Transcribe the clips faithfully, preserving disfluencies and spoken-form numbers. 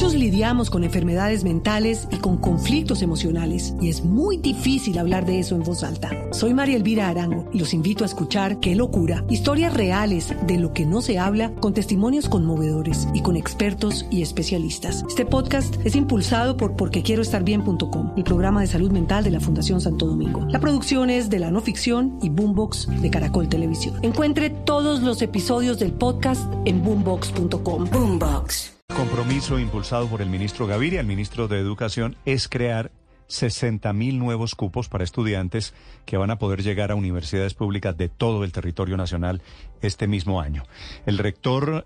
Muchos lidiamos con enfermedades mentales y con conflictos emocionales, y es muy difícil hablar de eso en voz alta. Soy María Elvira Arango y los invito a escuchar Qué Locura, historias reales de lo que no se habla, con testimonios conmovedores y con expertos y especialistas. Este podcast es impulsado por porque quiero estar bien punto com, el programa de salud mental de la Fundación Santo Domingo. La producción es de La No Ficción y Boombox de Caracol Televisión. Encuentre todos los episodios del podcast en boombox punto com. Boombox. Compromiso impulsado por el ministro Gaviria, el ministro de Educación, es crear sesenta mil nuevos cupos para estudiantes que van a poder llegar a universidades públicas de todo el territorio nacional este mismo año. El rector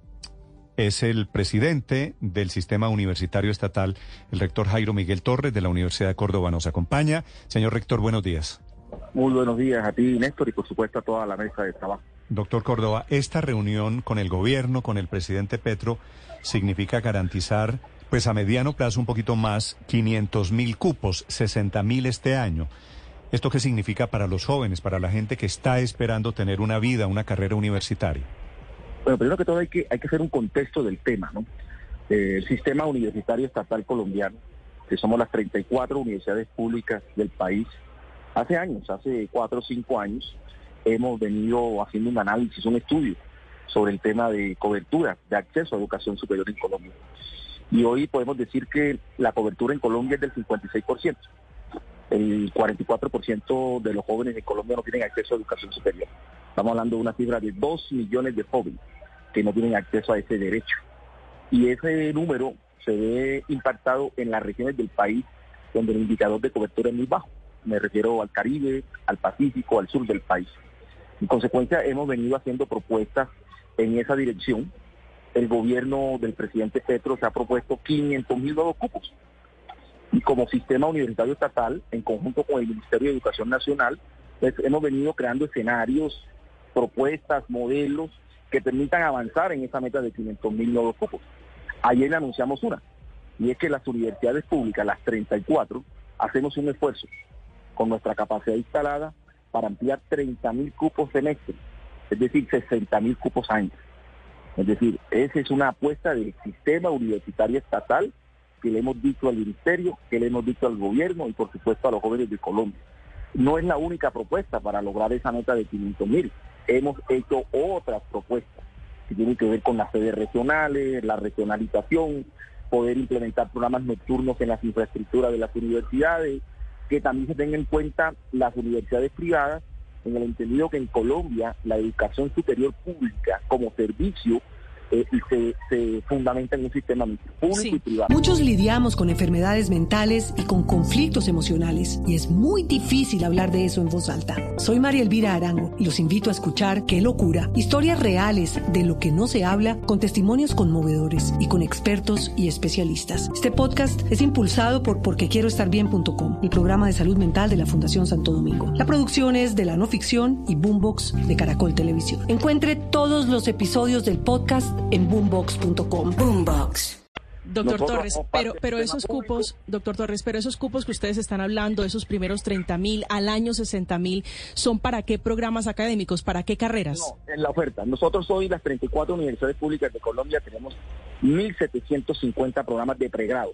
es el presidente del Sistema Universitario Estatal, el rector Jairo Miguel Torres de la Universidad de Córdoba nos acompaña. Señor rector, buenos días. Muy buenos días a ti, Néstor, y por supuesto a toda la mesa de trabajo. Doctor Córdoba, esta reunión con el gobierno, con el presidente Petro, significa garantizar, pues a mediano plazo un poquito más, quinientos mil cupos, sesenta mil este año. ¿Esto qué significa para los jóvenes, para la gente que está esperando tener una vida, una carrera universitaria? Bueno, primero que todo hay que, hay que hacer un contexto del tema, ¿no? Eh, el Sistema Universitario Estatal Colombiano, que somos las treinta y cuatro universidades públicas del país, hace años, hace cuatro o cinco años, hemos venido haciendo un análisis, un estudio sobre el tema de cobertura, de acceso a educación superior en Colombia. Y hoy podemos decir que la cobertura en Colombia es del cincuenta y seis por ciento. El cuarenta y cuatro por ciento de los jóvenes en Colombia no tienen acceso a educación superior. Estamos hablando de una cifra de dos millones de jóvenes que no tienen acceso a ese derecho. Y ese número se ve impactado en las regiones del país donde el indicador de cobertura es muy bajo. Me refiero al Caribe, al Pacífico, al sur del país. En consecuencia, hemos venido haciendo propuestas en esa dirección. El gobierno del presidente Petro se ha propuesto quinientos mil nuevos cupos. Y como Sistema Universitario Estatal, en conjunto con el Ministerio de Educación Nacional, pues hemos venido creando escenarios, propuestas, modelos que permitan avanzar en esa meta de quinientos mil nuevos cupos. Ayer le anunciamos una, y es que las universidades públicas, las treinta y cuatro, hacemos un esfuerzo con nuestra capacidad instalada para ampliar treinta mil cupos semestre, es decir, sesenta mil cupos año. Es decir, esa es una apuesta del Sistema Universitario Estatal que le hemos dicho al Ministerio, que le hemos dicho al gobierno y por supuesto a los jóvenes de Colombia. No es la única propuesta para lograr esa meta de quinientos mil. Hemos hecho otras propuestas que tienen que ver con las sedes regionales, la regionalización, poder implementar programas nocturnos en las infraestructuras de las universidades, que también se tengan en cuenta las universidades privadas, en el entendido que en Colombia la educación superior pública como servicio eh, se, se fundamenta en un sistema público sí. y privado. Muchos lidiamos con enfermedades mentales y con conflictos emocionales, y es muy difícil hablar de eso en voz alta. Soy María Elvira Arango y los invito a escuchar Qué Locura, historias reales de lo que no se habla, con testimonios conmovedores y con expertos y especialistas. Este podcast es impulsado por porque quiero estar bien punto com, el programa de salud mental de la Fundación Santo Domingo. La producción es de La No Ficción y Boombox de Caracol Televisión. Encuentre todos los episodios del podcast en boombox punto com. Boombox. Doctor Nosotros, Torres, pero, pero esos cupos, doctor Torres, pero esos cupos que ustedes están hablando, esos primeros treinta mil, al año sesenta mil, ¿son para qué programas académicos, para qué carreras? No, en la oferta. Nosotros hoy, las treinta y cuatro universidades públicas de Colombia, tenemos mil setecientos cincuenta programas de pregrado.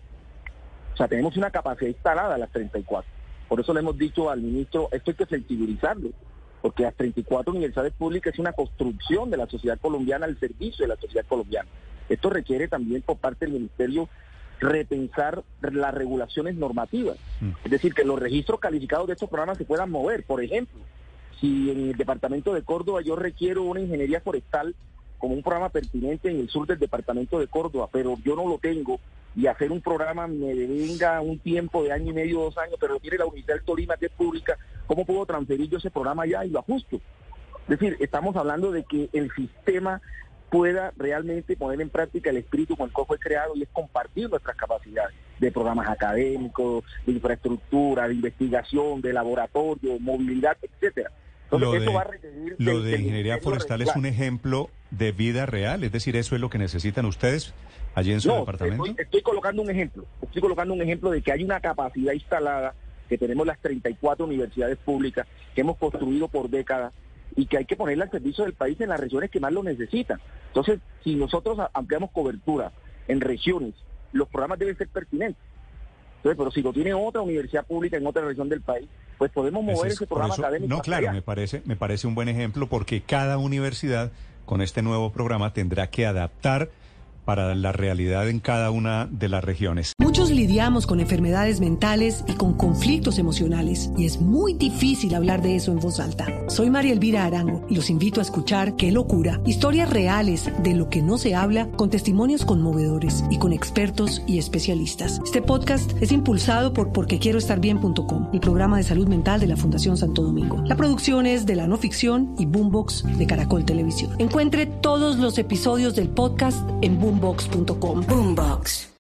O sea, tenemos una capacidad instalada a las treinta y cuatro. Por eso le hemos dicho al ministro, esto hay que flexibilizarlo, porque las treinta y cuatro universidades públicas es una construcción de la sociedad colombiana al servicio de la sociedad colombiana. Esto requiere también por parte del Ministerio repensar las regulaciones normativas. Mm. Es decir, que los registros calificados de estos programas se puedan mover. Por ejemplo, si en el departamento de Córdoba yo requiero una ingeniería forestal como un programa pertinente en el sur del departamento de Córdoba, pero yo no lo tengo, y hacer un programa me devenga un tiempo de año y medio, dos años, pero lo tiene la Universidad del Tolima, que es pública, ¿cómo puedo transferir yo ese programa allá y lo ajusto? Es decir, estamos hablando de que el sistema pueda realmente poner en práctica el espíritu con el cual fue creado, y es compartir nuestras capacidades de programas académicos, de infraestructura, de investigación, de laboratorio, movilidad, etcétera. Entonces, lo de, eso va a requerir lo del, de del ingeniería forestal regular. Es un ejemplo de vida real, es decir, ¿eso es lo que necesitan ustedes allí en su no, departamento? Estoy, estoy colocando un ejemplo, estoy colocando un ejemplo de que hay una capacidad instalada, que tenemos las treinta y cuatro universidades públicas que hemos construido por décadas, y que hay que ponerla al servicio del país en las regiones que más lo necesitan. Entonces, si nosotros ampliamos cobertura en regiones los programas deben ser pertinentes. Entonces, pero si lo tiene otra universidad pública en otra región del país, pues podemos mover ese, es, ese programa eso, académico. No, claro, me parece, me parece un buen ejemplo porque cada universidad con este nuevo programa tendrá que adaptar para la realidad en cada una de las regiones. Muchos lidiamos con enfermedades mentales y con conflictos emocionales, y es muy difícil hablar de eso en voz alta. Soy María Elvira Arango y los invito a escuchar Qué locura, historias reales de lo que no se habla, con testimonios conmovedores y con expertos y especialistas. Este podcast es impulsado por porque quiero estar bien punto com, el programa de salud mental de la Fundación Santo Domingo. La producción es de La No Ficción y Boombox de Caracol Televisión. Encuentre todos los episodios del podcast en boombox punto com. Boombox.